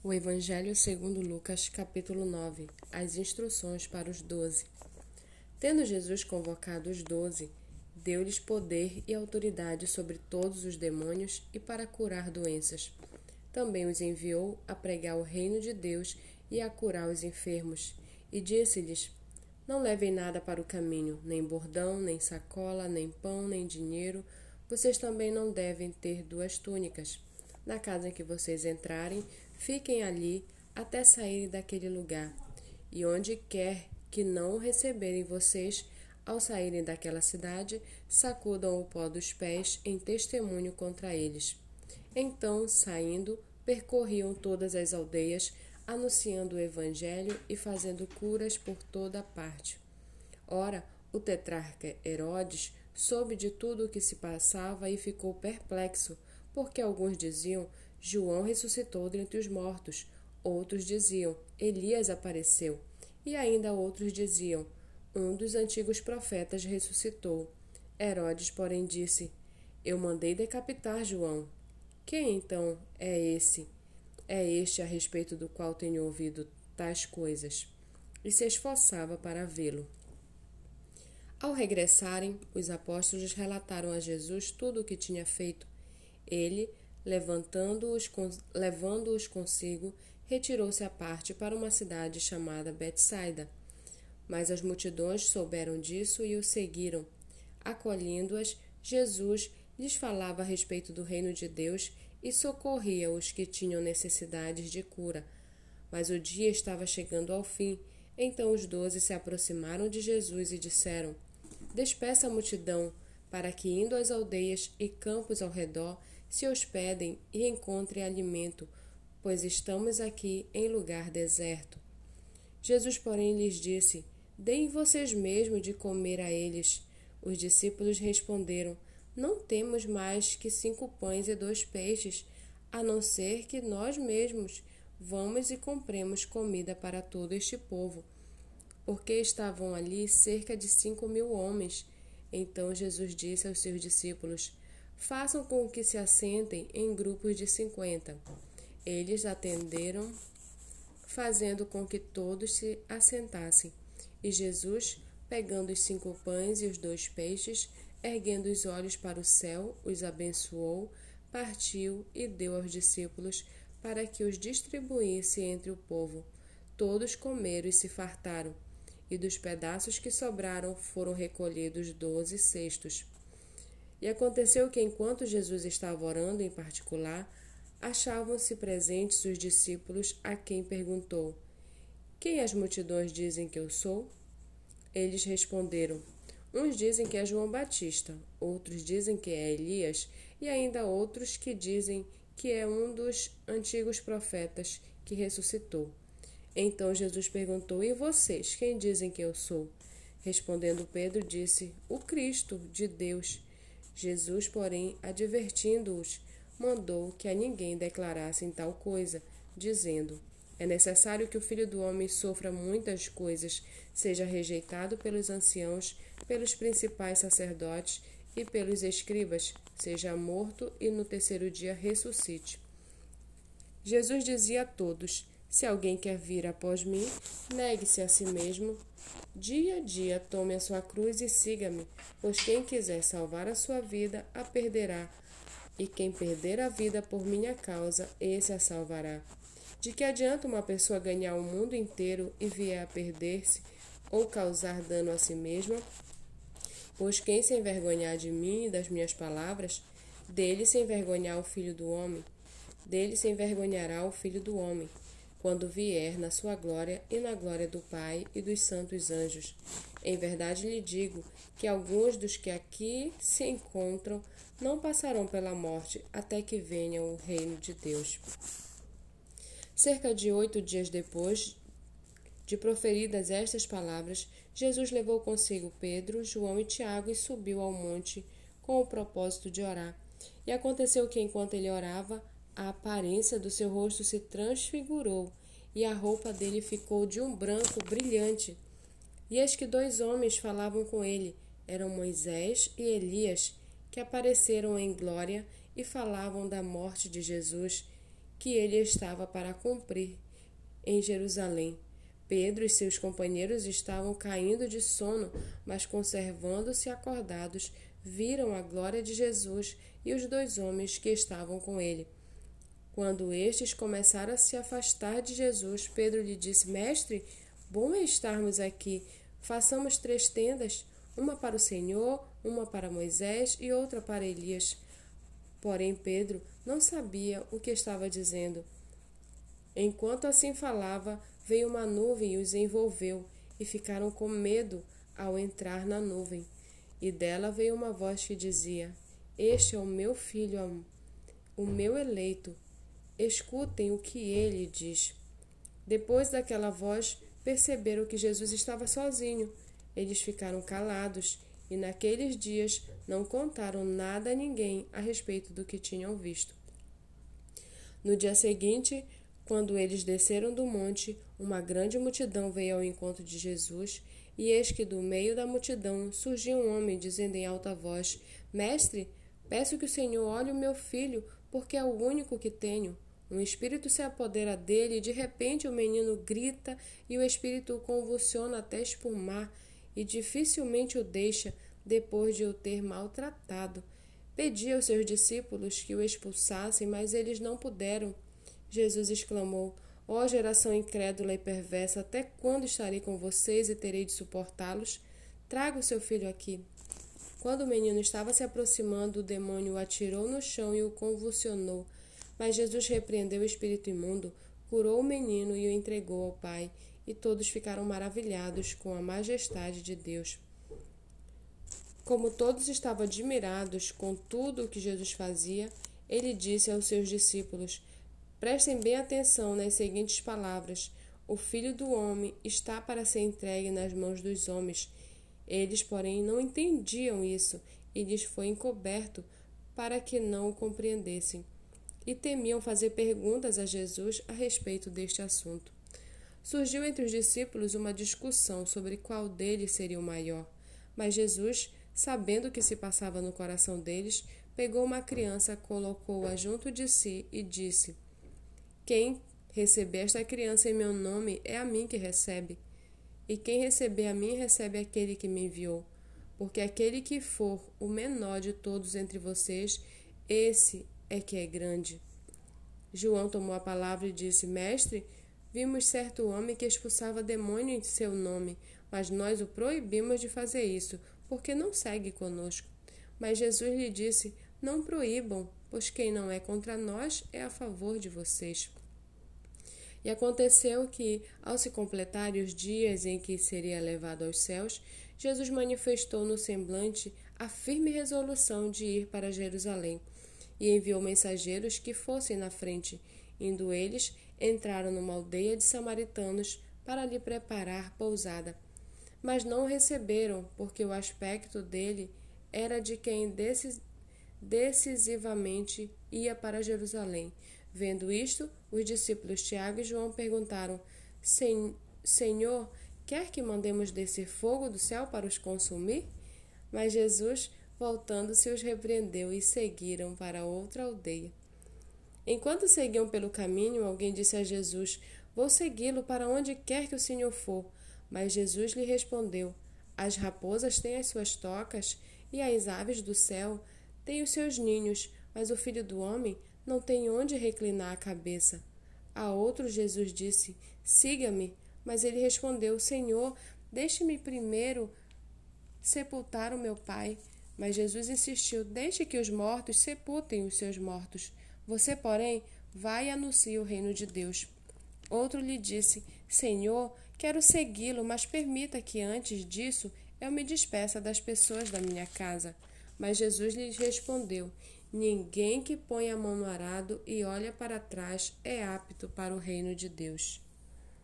O Evangelho segundo Lucas, capítulo 9. As instruções para os 12. Tendo Jesus convocado os 12, deu-lhes poder e autoridade sobre todos os demônios e para curar doenças. Também os enviou a pregar o reino de Deus e a curar os enfermos. E disse-lhes: Não levem nada para o caminho, nem bordão, nem sacola, nem pão, nem dinheiro. Vocês também não devem ter 2 túnicas. Na casa em que vocês entrarem, fiquem ali até saírem daquele lugar. E onde quer que não receberem vocês, ao saírem daquela cidade, sacudam o pó dos pés em testemunho contra eles. Então, saindo, percorriam todas as aldeias, anunciando o evangelho e fazendo curas por toda a parte. Ora, o tetrarca Herodes soube de tudo o que se passava e ficou perplexo, porque alguns diziam: João ressuscitou dentre os mortos, outros diziam: Elias apareceu, e ainda outros diziam: um dos antigos profetas ressuscitou. Herodes, porém, disse: Eu mandei decapitar João. Quem então é esse? É este a respeito do qual tenho ouvido tais coisas. E se esforçava para vê-lo. Ao regressarem, os apóstolos relataram a Jesus tudo o que tinha feito. Ele, levando-os consigo, retirou-se à parte para uma cidade chamada Betsaida. Mas as multidões souberam disso e o seguiram. Acolhendo-as, Jesus lhes falava a respeito do reino de Deus e socorria os que tinham necessidades de cura. Mas o dia estava chegando ao fim. Então os 12 se aproximaram de Jesus e disseram: Despeça a multidão, para que, indo às aldeias e campos ao redor, se hospedem e encontrem alimento, pois estamos aqui em lugar deserto. Jesus, porém, lhes disse: Deem vocês mesmos de comer a eles. Os discípulos responderam: Não temos mais que 5 pães e 2 peixes, a não ser que nós mesmos vamos e compremos comida para todo este povo. Porque estavam ali cerca de 5.000 homens. Então Jesus disse aos seus discípulos: Façam com que se assentem em grupos de 50. Eles atenderam, fazendo com que todos se assentassem. E Jesus, pegando os 5 pães e os 2 peixes, erguendo os olhos para o céu, os abençoou, partiu e deu aos discípulos para que os distribuísse entre o povo. Todos comeram e se fartaram, e dos pedaços que sobraram foram recolhidos 12 cestos. E aconteceu que, enquanto Jesus estava orando em particular, achavam-se presentes os discípulos, a quem perguntou: Quem as multidões dizem que eu sou? Eles responderam: Uns dizem que é João Batista, outros dizem que é Elias, e ainda outros que dizem que é um dos antigos profetas que ressuscitou. Então Jesus perguntou: E vocês, quem dizem que eu sou? Respondendo Pedro, disse: O Cristo de Deus. Jesus, porém, advertindo-os, mandou que a ninguém declarassem tal coisa, dizendo: É necessário que o Filho do Homem sofra muitas coisas, seja rejeitado pelos anciãos, pelos principais sacerdotes e pelos escribas, seja morto e no 3º dia ressuscite. Jesus dizia a todos: Se alguém quer vir após mim, negue-se a si mesmo. Dia a dia tome a sua cruz e siga-me, pois quem quiser salvar a sua vida, a perderá. E quem perder a vida por minha causa, esse a salvará. De que adianta uma pessoa ganhar o mundo inteiro e vier a perder-se ou causar dano a si mesma? Pois quem se envergonhar de mim e das minhas palavras, dele se envergonhará o Filho do Homem. Dele se envergonhará o Filho do Homem, quando vier na sua glória e na glória do Pai e dos santos anjos. Em verdade lhe digo que alguns dos que aqui se encontram não passarão pela morte até que venha o reino de Deus. Cerca de 8 dias depois de proferidas estas palavras, Jesus levou consigo Pedro, João e Tiago e subiu ao monte com o propósito de orar. E aconteceu que, enquanto ele orava, a aparência do seu rosto se transfigurou, e a roupa dele ficou de um branco brilhante. E eis que 2 homens falavam com ele. Eram Moisés e Elias, que apareceram em glória e falavam da morte de Jesus, que ele estava para cumprir em Jerusalém. Pedro e seus companheiros estavam caindo de sono, mas conservando-se acordados, viram a glória de Jesus e os dois homens que estavam com ele. Quando estes começaram a se afastar de Jesus, Pedro lhe disse: Mestre, bom é estarmos aqui. Façamos 3 tendas, uma para o Senhor, uma para Moisés e outra para Elias. Porém, Pedro não sabia o que estava dizendo. Enquanto assim falava, veio uma nuvem e os envolveu, e ficaram com medo ao entrar na nuvem. E dela veio uma voz que dizia: Este é o meu filho, o meu eleito. Escutem o que ele diz. Depois daquela voz, perceberam que Jesus estava sozinho. Eles ficaram calados e naqueles dias não contaram nada a ninguém a respeito do que tinham visto. No dia seguinte, quando eles desceram do monte, uma grande multidão veio ao encontro de Jesus, e eis que do meio da multidão surgiu um homem dizendo em alta voz: Mestre, peço que o Senhor olhe o meu filho, porque é o único que tenho. Um espírito se apodera dele e de repente o menino grita e o espírito o convulsiona até espumar e dificilmente o deixa depois de o ter maltratado. Pedi aos seus discípulos que o expulsassem, mas eles não puderam. Jesus exclamou: Ó geração incrédula e perversa, até quando estarei com vocês e terei de suportá-los? Traga o seu filho aqui. Quando o menino estava se aproximando, o demônio o atirou no chão e o convulsionou. Mas Jesus repreendeu o espírito imundo, curou o menino e o entregou ao Pai, e todos ficaram maravilhados com a majestade de Deus. Como todos estavam admirados com tudo o que Jesus fazia, ele disse aos seus discípulos: Prestem bem atenção nas seguintes palavras: O Filho do Homem está para ser entregue nas mãos dos homens. Eles, porém, não entendiam isso, e lhes foi encoberto para que não o compreendessem. E temiam fazer perguntas a Jesus a respeito deste assunto. Surgiu entre os discípulos uma discussão sobre qual deles seria o maior. Mas Jesus, sabendo o que se passava no coração deles, pegou uma criança, colocou-a junto de si e disse: Quem receber esta criança em meu nome é a mim que recebe. E quem receber a mim recebe aquele que me enviou. Porque aquele que for o menor de todos entre vocês, esse é que é grande. João tomou a palavra e disse: Mestre, vimos certo homem que expulsava demônio em seu nome, mas nós o proibimos de fazer isso, porque não segue conosco. Mas Jesus lhe disse: Não proíbam, pois quem não é contra nós é a favor de vocês. E aconteceu que, ao se completarem os dias em que seria levado aos céus, Jesus manifestou no semblante a firme resolução de ir para Jerusalém, e enviou mensageiros que fossem na frente. Indo eles, entraram numa aldeia de samaritanos para lhe preparar pousada. Mas não o receberam, porque o aspecto dele era de quem decisivamente ia para Jerusalém. Vendo isto, os discípulos Tiago e João perguntaram: Senhor, quer que mandemos descer fogo do céu para os consumir? Mas Jesus, voltando-se, os repreendeu e seguiram para outra aldeia. Enquanto seguiam pelo caminho, alguém disse a Jesus: Vou segui-lo para onde quer que o Senhor for. Mas Jesus lhe respondeu: As raposas têm as suas tocas, e as aves do céu têm os seus ninhos, mas o Filho do Homem não tem onde reclinar a cabeça. A outro Jesus disse: Siga-me. Mas ele respondeu: Senhor, deixe-me primeiro sepultar o meu pai. Mas Jesus insistiu: Deixe que os mortos sepultem os seus mortos. Você, porém, vai e anuncie o reino de Deus. Outro lhe disse: Senhor, quero segui-lo, mas permita que antes disso eu me despeça das pessoas da minha casa. Mas Jesus lhes respondeu: Ninguém que põe a mão no arado e olha para trás é apto para o reino de Deus.